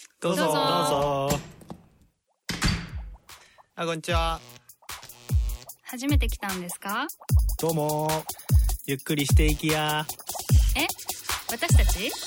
どうぞ。あ、こんにちは。 初めて来たんですか？ どうも。ゆっくりしていきや。 え、私たち？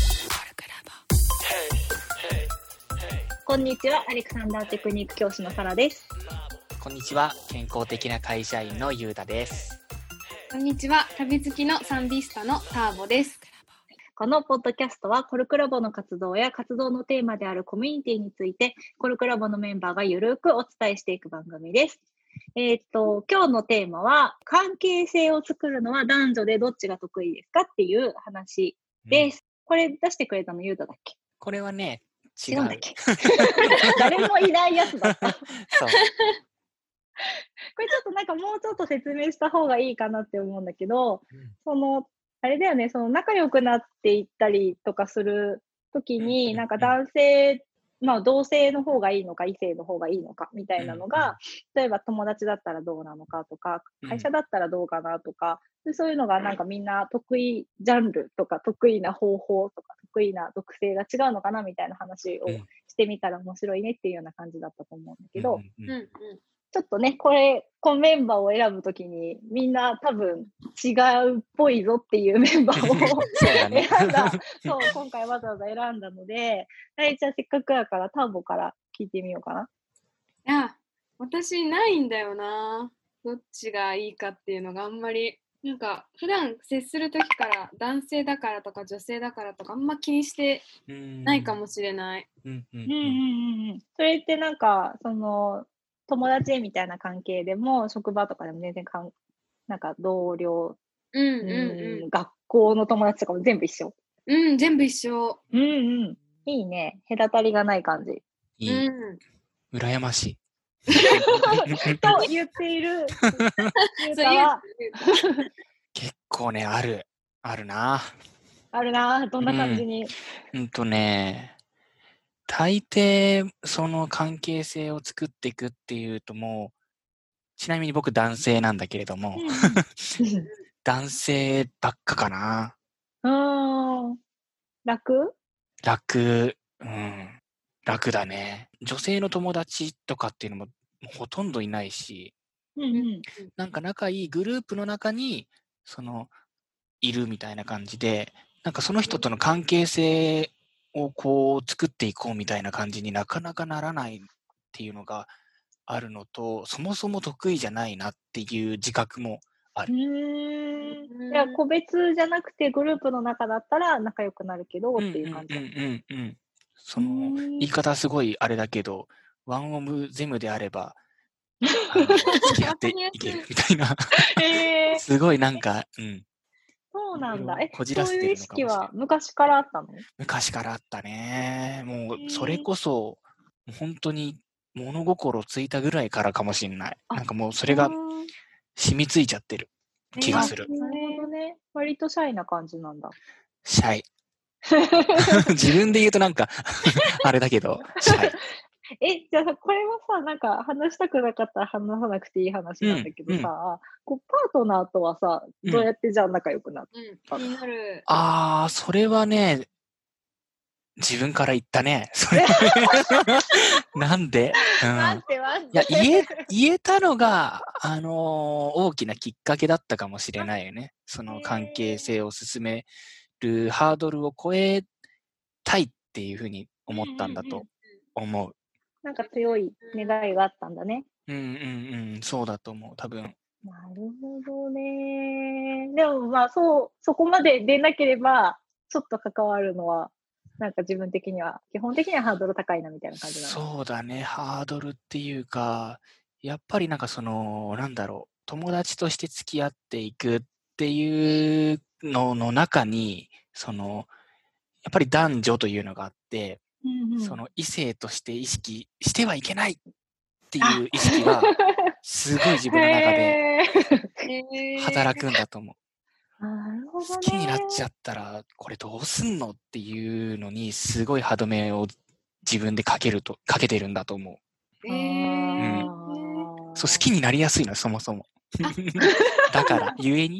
こんにちは、アレクサンダーテクニック教師のサラです。 こんにちは、健康的な会社員のゆうたです。 こんにちは、旅好きのサンビスタのターボです。 このポッドキャストはコルクラボの活動や活動のテーマであるコミュニティについてコルクラボのメンバーがゆるくお伝えしていく番組です。今日のテーマは関係性を作るのは男女でどっちが得意ですかっていう話です。これ出してくれたのゆうただっけ？ これはね、違う。 違うんだっけ？誰もいないやつだった。 そう。 これちょっとなんかもうちょっと説明した方がいいかなって思うんだけど、あれだよね、仲良くなっていったりとかするときに、なんか男性、同性の方がいいのか、異性の方がいいのかみたいなのが、例えば友達だったらどうなのかとか、会社だったらどうかなとか、そういうのがなんかみんな得意ジャンルとか、得意な方法とか、得意な属性が違うのかなみたいな話をしてみたら面白いねっていうような感じだったと思うんだけど、ちょっとね、このメンバーを選ぶときに、みんな多分違うっぽいぞっていうメンバーを選んだ。そう、今回わざわざ選んだので、じゃあせっかくだからターボから聞いてみようかな。 いや、私ないんだよな。どっちがいいかっていうのがあんまり、なんか普段接するときから男性だからとか女性だからとかあんま気にしてないかもしれない。 それってなんか、友達みたいな関係でも、職場とかでも全然なんか同僚、学校の友達とかも全部一緒。 全部一緒。 いいね。隔たりがない感じ。 いい。羨ましい。 と言っている。 結構ね、あるな。 あるな。どんな感じに。 大抵その関係性を作っていくっていうともう、ちなみに僕男性なんだけれども、男性ばっかかな。 楽だね。女性の友達とかっていうのもほとんどいないし、なんか仲いいグループの中にいるみたいな感じで、なんかその人との関係性をこう作っていこうみたいな感じになかなかならないっていうのがあるのと、そもそも得意じゃないなっていう自覚もある。 じゃあ個別じゃなくてグループの中だったら仲良くなるけどっていう感じ。 その言い方すごいあれだけど、ワンオブゼムであれば付き合っていけるみたいなすごいなんか、 そうなんだ。 こじらせてるのかもしれない。 そういう意識は昔からあったの？ 昔からあったね。もうそれこそ本当に物心ついたぐらいからかもしれない。なんかもうそれが染みついちゃってる気がする。 なるほどね。割とシャイな感じなんだ。 シャイ。自分で言うとなんかあれだけど、シャイ。 じゃあこれはさ、なんか話したくなかったら話さなくていい話なんだけどさ、パートナーとはさ、どうやってじゃあ仲良くなったの？ 気になる。 それはね、自分から言ったね。それなんで、いや言えたのが大きなきっかけだったかもしれないよね。その関係性を進めるハードルを超えたいっていうふうに思ったんだと思う。 なんか強い願いがあったんだね。 そうだと思う、多分。 なるほどね。でもそこまで出なければ、ちょっと関わるのは、なんか自分的には、基本的にはハードル高いなみたいな感じなの？ そうだね、ハードルっていうか、やっぱりなんかなんだろう、友達として付き合っていくっていうのの中に、やっぱり男女というのがあって、異性として意識してはいけないっていう意識は、すごい自分の中で働くんだと思う。好きになっちゃったら、これどうすんのっていうのに、すごい歯止めを自分でかけてるんだと思う。そう、好きになりやすいの、そもそも。だから、ゆえに。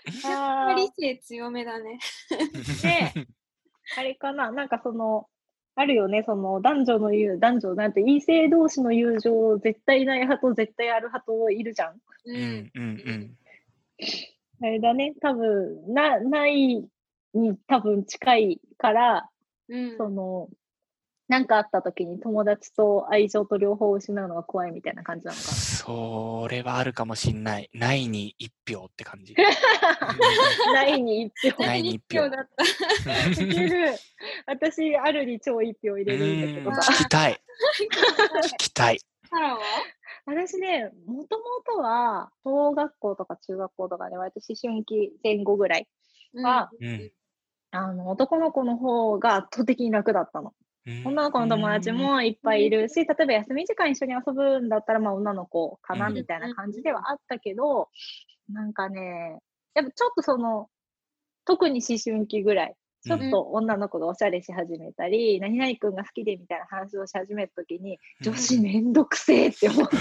理性強めだね。 で、あれかな、なんかあるよね、その男女なんて異性同士の友情絶対ない派と絶対ある派といるじゃん。 うんうんあれだね、多分ないに多分近いから、そのなんかあった時に友達と愛情と両方失うのが怖いみたいな感じなのかな。 それはあるかもしんない。ないに一票って感じ。 ないに一票。 ないに一票だった。 いける。私、あるに超一票入れるんだけどさ。 聞きたい。聞きたい。 サラは私ね、もともとは、小学校とか中学校とかで割と思春期前後ぐらいは、男の子の方が圧倒的に楽だったの。女の子の友達もいっぱいいるし、例えば休み時間一緒に遊ぶんだったら、まあ女の子かなみたいな感じではあったけど、なんかね、やっぱちょっと特に思春期ぐらい、ちょっと女の子がおしゃれし始めたり、何々くんが好きでみたいな話をし始めたときに、女子めんどくせえって思って、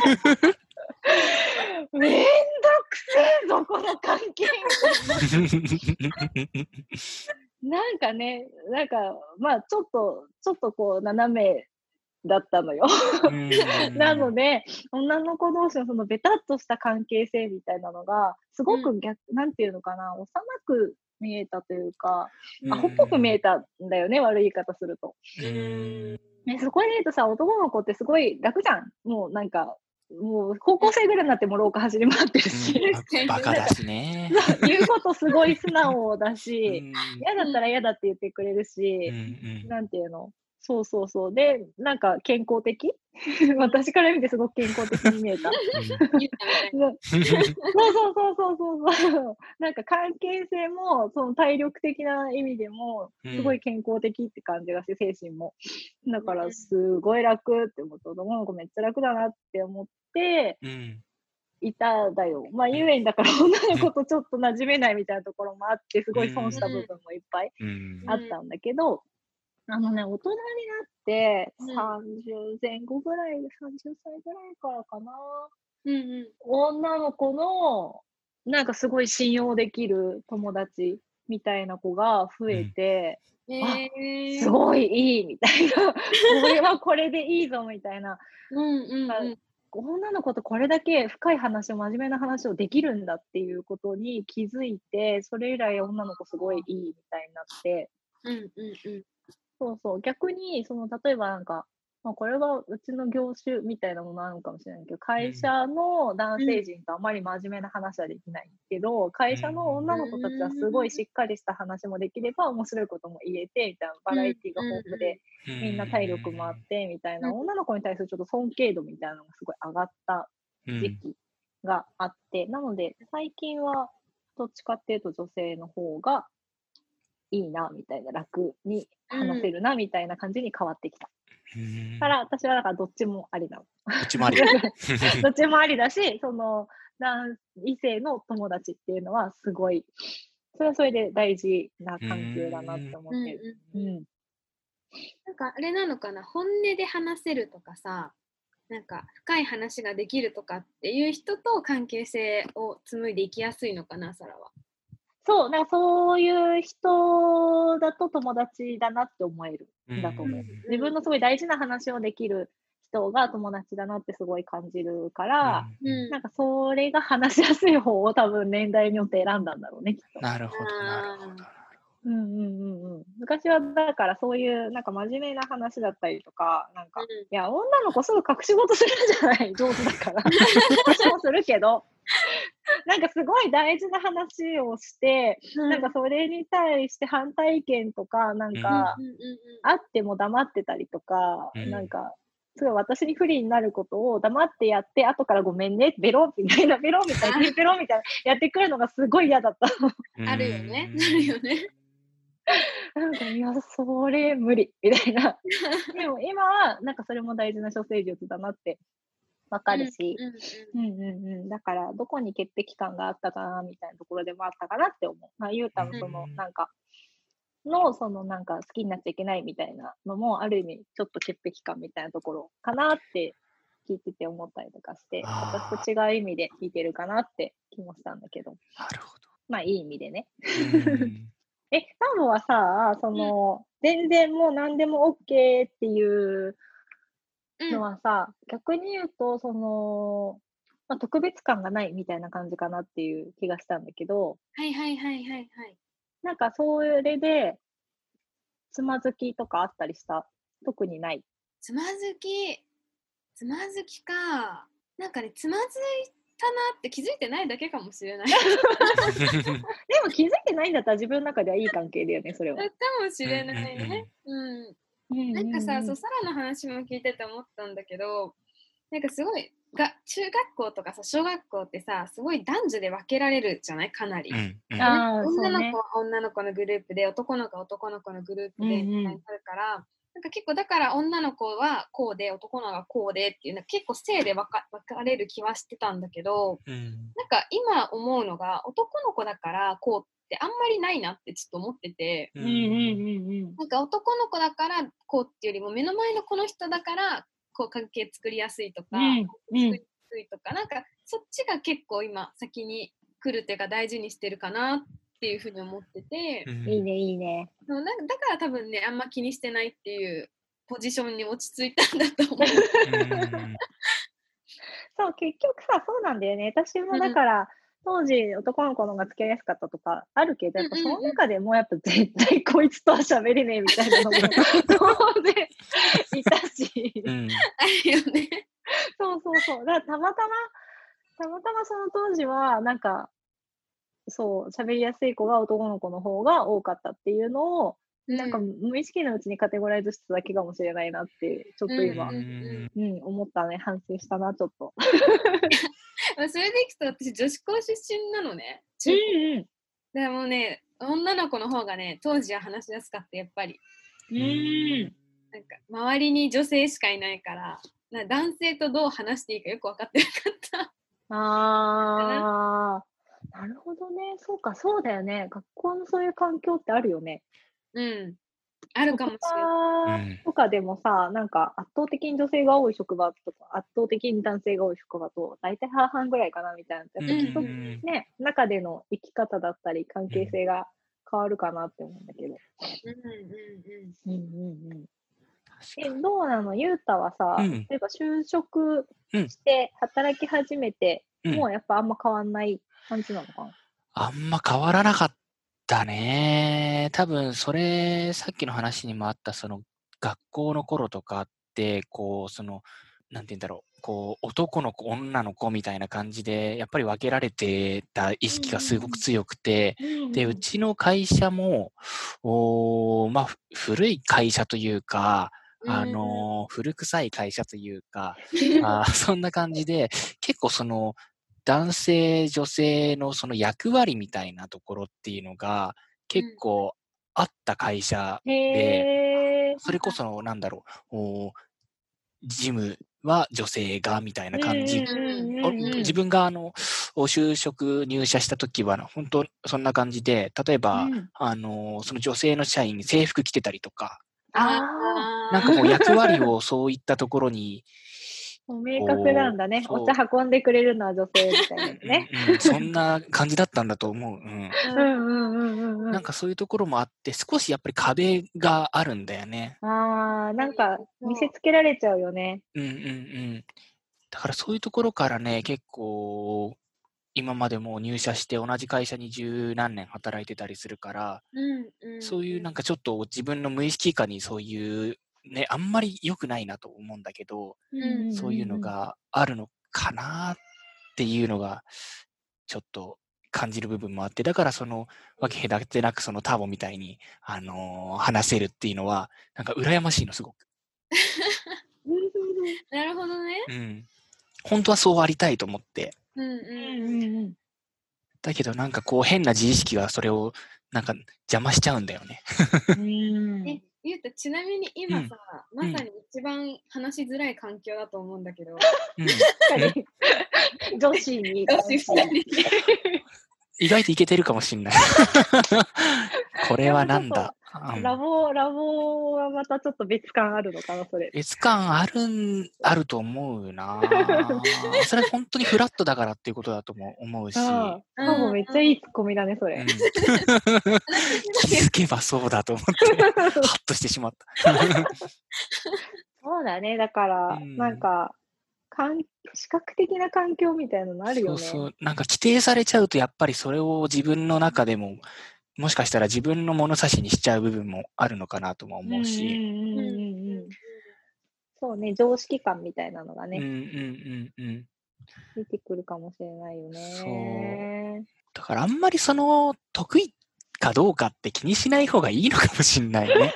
めんどくせえぞ、この関係なんかね、まあちょっとこう斜めだったのよ。なので、女の子同士のそのベタっとした関係性みたいなのが、すごくなんていうのかな、幼く見えたというか、アホっぽく見えたんだよね、悪い言い方すると。ね、そこで言うとさ、男の子ってすごい楽じゃん。もう高校生ぐらいになっても廊下走り回ってるし、 バカだしね。 言うことすごい素直だし、嫌だったら嫌だって言ってくれるし、なんていうの、そうそうそう。で、なんか健康的私から見てすごく健康的に見えた。そう。なんか関係性も、その体力的な意味でも、すごい健康的って感じがして、精神も。だから、すごい楽って思って、男の子めっちゃ楽だなって思って、いただよ。まあ、ゆえにだから女の子とちょっと馴染めないみたいなところもあって、すごい損した部分もいっぱいあったんだけど、大人になって30前後ぐらい、30歳ぐらいからかな。女の子の、なんかすごい信用できる友達みたいな子が増えて、すごいいいみたいな、これはこれでいいぞみたいな。女の子とこれだけ深い話を、真面目な話をできるんだっていうことに気づいて、それ以来女の子すごいいいみたいになって、そうそう、逆に、例えばなんか、まあ、これはうちの業種みたいなものなのかもしれないけど、会社の男性陣とあまり真面目な話はできないけど、会社の女の子たちはすごいしっかりした話もできれば面白いことも言えて、みたいな、バラエティが豊富で、みんな体力もあって、みたいな、女の子に対するちょっと尊敬度みたいなのがすごい上がった時期があって、なので、最近はどっちかっていうと女性の方がいいな、みたいな、楽に話せるな、みたいな感じに変わってきた。から私はだからどっちもありなの。 どっちもあり。 どっちもありだし、異性の友達っていうのはすごい、それはそれで大事な関係だなって思ってる。 なんかあれなのかな、本音で話せるとかさ、なんか深い話ができるとかっていう人と関係性を紡いでいきやすいのかな、サラは。 そう、なんかそういう人だと友達だなって思えるんだと思う。自分のすごい大事な話をできる人が友達だなってすごい感じるから、なんかそれが話しやすい方を多分年代によって選んだんだろうね、きっと。 なるほど、なるほど。 昔はだからそういうなんか真面目な話だったりとか、なんか、いや、女の子すぐ隠し事するんじゃない上手だから。私もするけど。なんかすごい大事な話をして、なんかそれに対して反対意見とか、なんか、あっても黙ってたりとか、なんか、すごい私に不利になることを黙ってやって、後からごめんね、ベロみたいな、ベロみたいな、ベロみたいな、やってくるのがすごい嫌だった。 あるよね、なるよね。 なんか、いや、それ無理、みたいな。でも今は、なんかそれも大事な処世術だなってわかるし、だから、どこに潔癖感があったかな、みたいなところでもあったかなって思う。まあ、ゆうたのなんか、なんか好きになっちゃいけないみたいなのも、ある意味、ちょっと潔癖感みたいなところかなって聞いてて思ったりとかして、私と違う意味で聞いてるかなって気もしたんだけど。 なるほど。 まあ、いい意味でね。 タムはさ、全然もう何でも OK っていうのはさ、逆に言うと、特別感がないみたいな感じかなっていう気がしたんだけど、 はいはいはいはいはい。 なんかそれで、つまずきとかあったりした？特にない。 つまずきか。なんかね、つまずいたなって気づいてないだけかもしれない。 でも気づいてないんだったら自分の中ではいい関係だよね、それは。 かもしれないね。なんかさ、サラの話も聞いてて思ったんだけど、なんかすごい中学校とかさ、小学校ってさ、すごい男女で分けられるじゃない、かなり。女の子は女の子のグループで、男の子は男の子のグループでみたいになるから、なんか結構だから女の子はこうで男の子はこうでっていうのは結構性で分かれる気はしてたんだけど、なんか今思うのが男の子だからこうってあんまりないなってちょっと思ってて、なんか男の子だからこうっていうよりも目の前のこの人だからこう関係作りやすいとか、作りやすいとか、なんかそっちが結構今先に来るっていうか大事にしてるかなっていうふうに思ってて、 いいねいいね。 だから多分ね、あんま気にしてないっていうポジションに落ち着いたんだと思う。 そう、結局さ、そうなんだよね。私もだから、当時男の子の方が付き合いやすかったとかあるけど、やっぱその中でもやっぱ絶対こいつとは喋れねえみたいなのも当然いたし。 あるよね。 そう。だからたまたまその当時は、なんか、そう、喋りやすい子が男の子の方が多かったっていうのを、なんか無意識のうちにカテゴライズしてただけかもしれないなって、ちょっと今、思ったね。反省したな、ちょっと。 それでいくと私女子校出身なのね。でもね、女の子の方がね、当時は話しやすかった、やっぱり。なんか周りに女性しかいないから、男性とどう話していいかよく分かってなかった。 なるほどね。そうか、そうだよね。学校のそういう環境ってあるよね。 あるかもしれない。 とかでもさ、なんか圧倒的に女性が多い職場とか、圧倒的に男性が多い職場と、大体半々ぐらいかなみたいな。やっぱきっとね、中での生き方だったり、関係性が変わるかなって思うんだけど。どうなの？ゆうたはさ、例えば就職して働き始めて、もうやっぱあんま変わんない感じなのかな？ あんま変わらなかったね。多分それ、さっきの話にもあった、その学校の頃とかって、こう、なんて言うんだろう、こう、男の子、女の子みたいな感じで、やっぱり分けられてた意識がすごく強くて、で、うちの会社も、古い会社というか、古臭い会社というか、そんな感じで、結構男性、女性のその役割みたいなところっていうのが結構あった会社で、それこそなんだろう、事務は女性がみたいな感じ。自分が就職入社した時は本当そんな感じで、例えば、その女性の社員に制服着てたりとか、なんかもう役割をそういったところに明確なんだね。お茶運んでくれるのは女性みたいなね。 そんな感じだったんだと思う。なんかそういうところもあって、少しやっぱり壁があるんだよね。 なんか見せつけられちゃうよね。 だからそういうところからね、結構、今までも入社して同じ会社に十何年働いてたりするから、そういうなんかちょっと自分の無意識下にそういうね、あんまり良くないなと思うんだけど、そういうのがあるのかなっていうのがちょっと感じる部分もあって、だからわけ隔てなくターボみたいに、話せるっていうのはなんか羨ましいのすごく。 なるほどね。 本当はそうありたいと思って。だけどなんかこう変な自意識がそれをなんか邪魔しちゃうんだよね。 ゆうた、ちなみに今さ、まさに一番話しづらい環境だと思うんだけど。 女子に。 意外といけてるかもしんない。これはなんだ。 ラボはまたちょっと別感あるのかな、それ。 別感あると思うな。それは本当にフラットだからっていうことだとも思うし。 ああ、もうめっちゃいいツッコミだね、それ。 気づけばそうだと思って、ハッとしてしまった。 そうだね、だから、なんか、視覚的な環境みたいなのあるよね。 そう。なんか規定されちゃうと、やっぱりそれを自分の中でも、もしかしたら自分の物差しにしちゃう部分もあるのかなとも思うし。 そうね、常識感みたいなのがね、出てくるかもしれないよね。 そう。だからあんまり得意かどうかって気にしない方がいいのかもしれないね。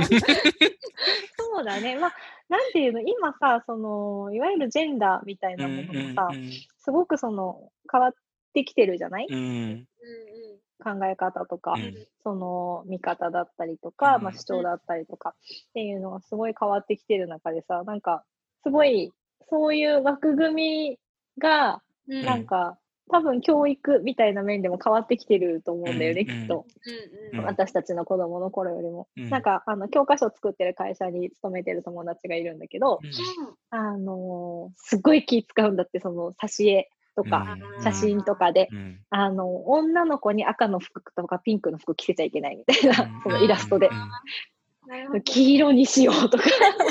そうだね。まあ、なんていうの、今さ、いわゆるジェンダーみたいなものもさ、すごく変わってきてるじゃない？考え方とか、見方だったりとか、まあ、主張だったりとかっていうのがすごい変わってきてる中でさ、なんか、すごい、そういう枠組みが、なんか、多分教育みたいな面でも変わってきてると思うんだよね、きっと。私たちの子供の頃よりも。なんか、教科書を作ってる会社に勤めてる友達がいるんだけど、すっごい気使うんだって、挿絵とか、写真とかで、女の子に赤の服とかピンクの服着せちゃいけないみたいな、そのイラストで。黄色にしようとか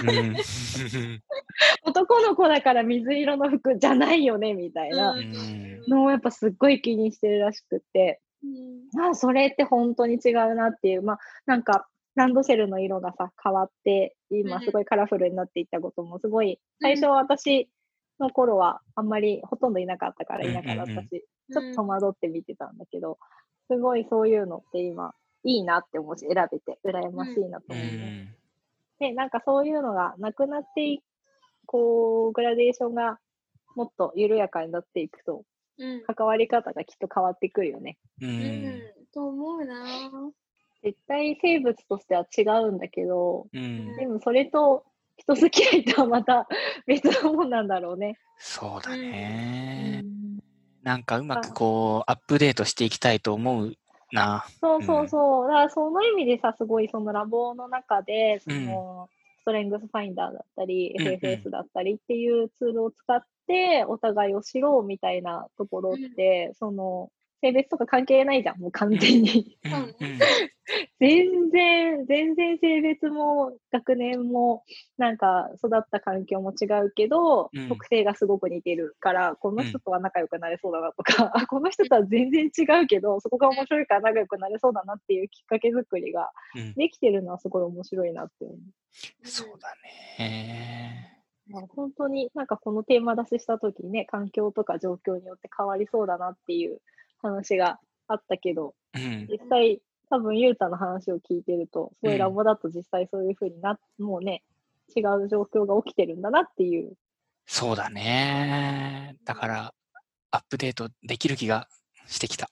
男の子だから水色の服じゃないよねみたいなのをやっぱすっごい気にしてるらしくって、それって本当に違うなっていう、まあなんかランドセルの色がさ変わって今すごいカラフルになっていったこともすごい最初は私の頃はあんまりほとんどいなかったから田舎だったし、ちょっと戸惑って見てたんだけど、すごいそういうのって今いいなって思うし、選べて羨ましいなと思う、で、なんかそういうのがなくなってこうグラデーションがもっと緩やかになっていくと、関わり方がきっと変わってくるよね。 と思うな。 絶対生物としては違うんだけど、でもそれと人付き合いとはまた別のもんなんだろうね。 そうだね。なんかうまくこうアップデートしていきたいと思うな。 そう。だからその意味でさ、すごいそのラボの中で、ストレングスファインダーだったり、FFS だったりっていうツールを使ってお互いを知ろうみたいなところって、性別とか関係ないじゃん、もう完全に。全然性別も学年もなんか育った環境も違うけど、特性がすごく似てるから、この人とは仲良くなれそうだなとか、この人とは全然違うけど、そこが面白いから仲良くなれそうだなっていうきっかけ作りができてるのはすごい面白いなって思う。 そうだね。 本当になんかこのテーマ出しした時にね、環境とか状況によって変わりそうだなっていう話があったけど、実際多分ゆうたの話を聞いてると、そういうラボだと実際そういう風にもうね、違う状況が起きてるんだなっていう。 そうだね。だからアップデートできる気がしてきた。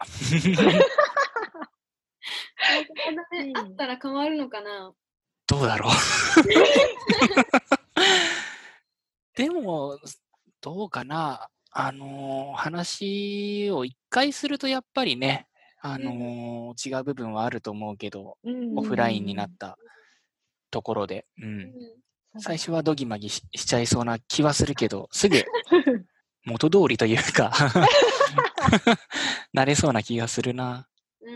あったら変わるのかな。 どうだろう。でもどうかな。話を一回するとやっぱりね、違う部分はあると思うけど、オフラインになったところで、最初はドギマギ しちゃいそうな気はするけど、すぐ元通りというかなれそうな気がするな。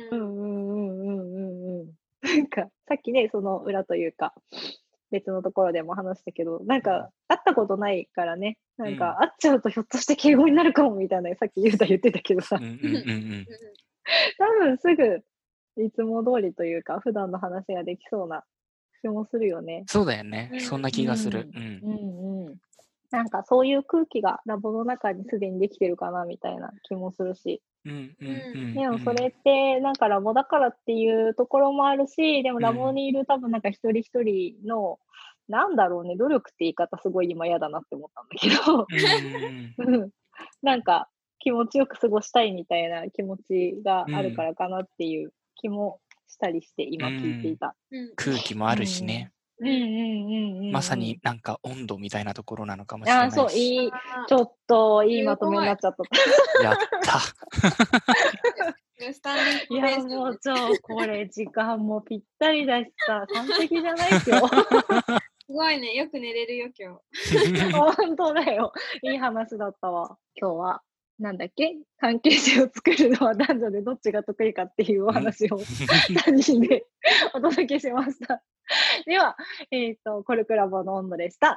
なんかさっきね、その裏というか別のところでも話したけど、なんか会ったことないからね、なんか会っちゃうとひょっとして敬語になるかもみたいな、さっきゆうた言ってたけどさ、多分すぐいつも通りというか普段の話ができそうな気もするよね。 そうだよね。そんな気がする。 なんかそういう空気がラボの中にすでにできてるかなみたいな気もするし。でもそれってなんかラボだからっていうところもあるし、でもラボにいる多分なんか一人一人の、なんだろうね、努力って言い方すごい今嫌だなって思ったんだけど、なんか気持ちよく過ごしたいみたいな気持ちがあるからかなっていう気もしたりして今聞いていた。 空気もあるしね。まさになんか温度みたいなところなのかもしれないし。 そう、ちょっといいまとめになっちゃった。 やった。 スタンディングいや、 オベーションもうこれ時間もぴったりだしさ、完璧じゃないですよ。 すごいね、よく寝れるよ、今日。 本当だよ。いい話だったわ。今日は、なんだっけ関係性を作るのは男女でどっちが得意かっていうお話を3人でお届けしました。では、コルクラボの温度でした。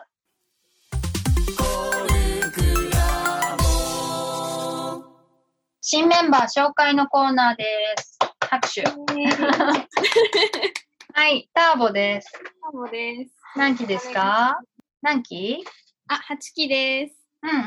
新メンバー紹介のコーナーです。拍手。はい、ターボです。 ターボです。 何期ですか？何期？ あ、8期です。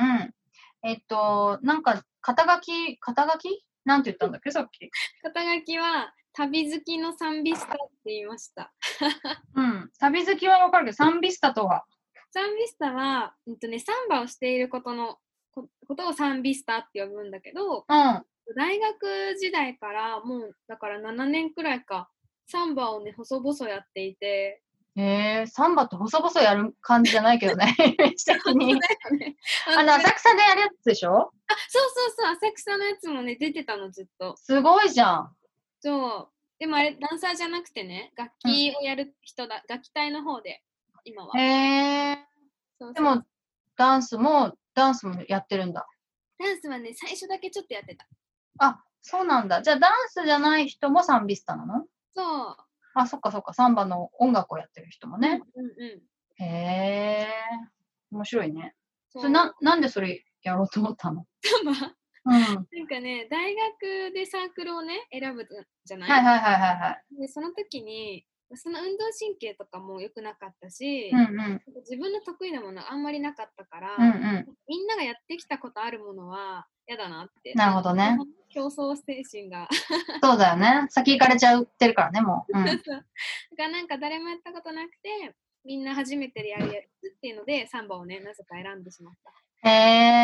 なんか、肩書きなんて言ったんだっけ、さっき。 肩書きは、旅好きのサンビスタって言いました。 旅好きはわかるけど、サンビスタとは？ サンビスタは、サンバをしていることをサンビスタって呼ぶんだけど、大学時代からもうだから7年くらいかサンバをね細々やっていて、 サンバって細々やる感じじゃないけどね、イメージ的に。 ね、 浅草でやるやつでしょ？ そう浅草のやつもね出てたの、ずっと。 すごいじゃん。 そうでもあれダンサーじゃなくてね、楽器をやる人だ、楽器隊の方で今は。 でもダンスもやってるんだ。 ダンスはね最初だけちょっとやってた。 あ、そうなんだ。じゃあダンスじゃない人もサンビスタなの？ そう。 あ、そっか。サンバの音楽をやってる人もね。へえ、面白いね。なんでそれやろうと思ったの？ なんかね、大学でサークルをね、選ぶじゃない？で、その時に、その運動神経とかも良くなかったし、自分の得意なものあんまりなかったから、みんながやってきたことあるものは嫌だなって。 なるほどね。 競争精神が。 そうだよね。先行かれちゃってるからね、もう。だからなんか誰もやったことなくて、みんな初めてやるやつっていうので、サンバをね、なぜか選んでしまった。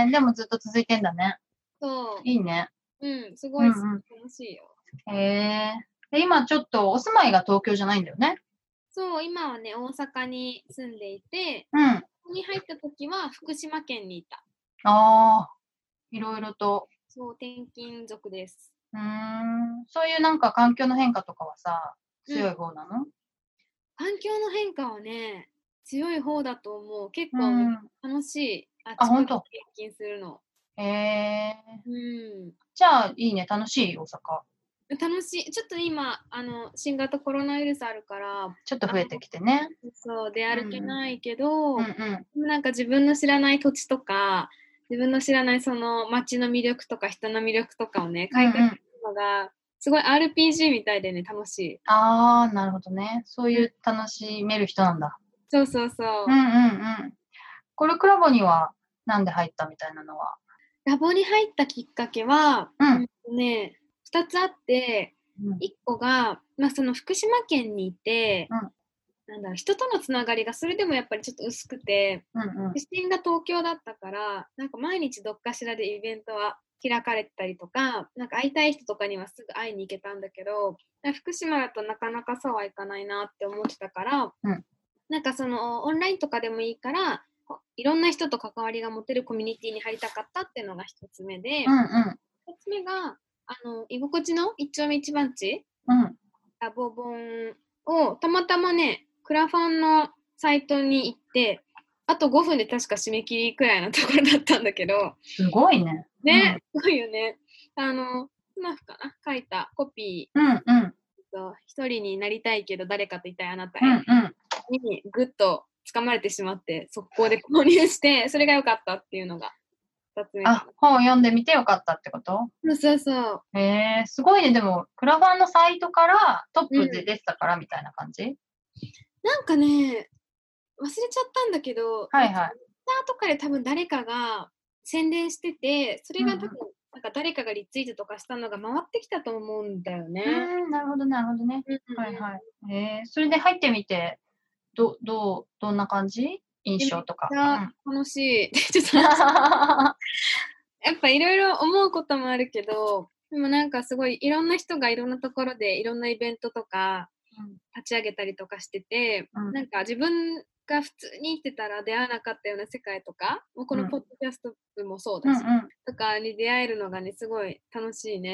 でもずっと続いてんだね。 そう。 いいね。 すごい楽しいよ。 今ちょっとお住まいが東京じゃないんだよね。 そう、今はね、大阪に住んでいて、ここに入った時は福島県にいた。いろいろと。そう、転勤族です。 そういうなんか環境の変化とかはさ、強い方なの？ 環境の変化はね、強い方だと思う。結構楽しい。 本当？ 転勤するの。 じゃあいいね、楽しい大阪。 楽しい。ちょっと今新型コロナウイルスあるからちょっと増えてきてね。 そう出歩けないけど、なんか自分の知らない土地とか自分の知らないその街の魅力とか人の魅力とかをね開拓するのがすごい RPG みたいでね楽しい。 なるほどね。そういう楽しめる人なんだ。 そう。 コルクラボにはなんで入ったみたいなのは？ ラボに入ったきっかけは、2つあって、1個が、その福島県にいて、人とのつながりがそれでもやっぱりちょっと薄くて、出身が東京だったから、なんか毎日どっかしらでイベントは開かれてたりとか、なんか会いたい人とかにはすぐ会いに行けたんだけど、福島だとなかなかそうはいかないなって思ってたから、なんかそのオンラインとかでもいいから、いろんな人と関わりが持てるコミュニティに入りたかったっていうのが一つ目で、二つ目が居心地の一丁目一番地、ラボ本をたまたまねクラファンのサイトに行ってあと5分で確か締め切りくらいのところだったんだけど、 すごいね。 すごいよね。スマフかな書いたコピー、一人になりたいけど誰かといたいあなたへにグッと掴まれてしまって速攻で購入してそれが良かったっていうのが2つ目。 本を読んでみてよかったってこと？ そう。 すごいね。でもクラファンのサイトからトップで出てたからみたいな感じ？ なんかね忘れちゃったんだけど、ツイッターとかで多分誰かが宣伝しててそれが多分なんか誰かがリツイートとかしたのが回ってきたと思うんだよね。 なるほどね。それで入ってみてどんな感じ？印象とか。 楽しい。やっぱいろいろ思うこともあるけど、でもなんかすごいいろんな人がいろんなところでいろんなイベントとか立ち上げたりとかしてて、なんか自分が普通に生きてたら出会わなかったような世界とか、このポッドキャストもそうだし、とかに出会えるのがねすごい楽しいね。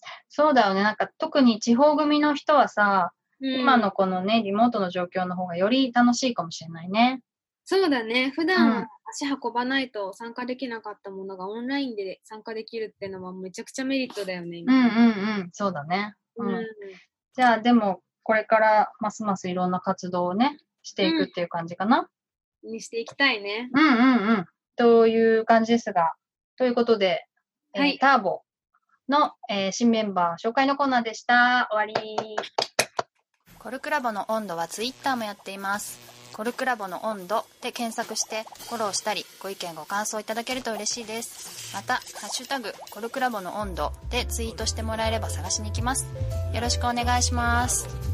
そうだよね。なんか特に地方組の人はさ、今のこのね、リモートの状況の方がより楽しいかもしれないね。 そうだね。普段は足運ばないと参加できなかったものがオンラインで参加できるっていうのはめちゃくちゃメリットだよね。 そうだね。じゃあでもこれからますますいろんな活動をね、していくっていう感じかな。 にしていきたいね。 という感じですが、ということで、 はい、 ターボの、新メンバー紹介のコーナーでした。終わり。 コルクラボの温度はツイッターもやっています。コルクラボの温度で検索してフォローしたり、ご意見ご感想いただけると嬉しいです。またハッシュタグコルクラボの温度でツイートしてもらえれば探しに行きます。よろしくお願いします。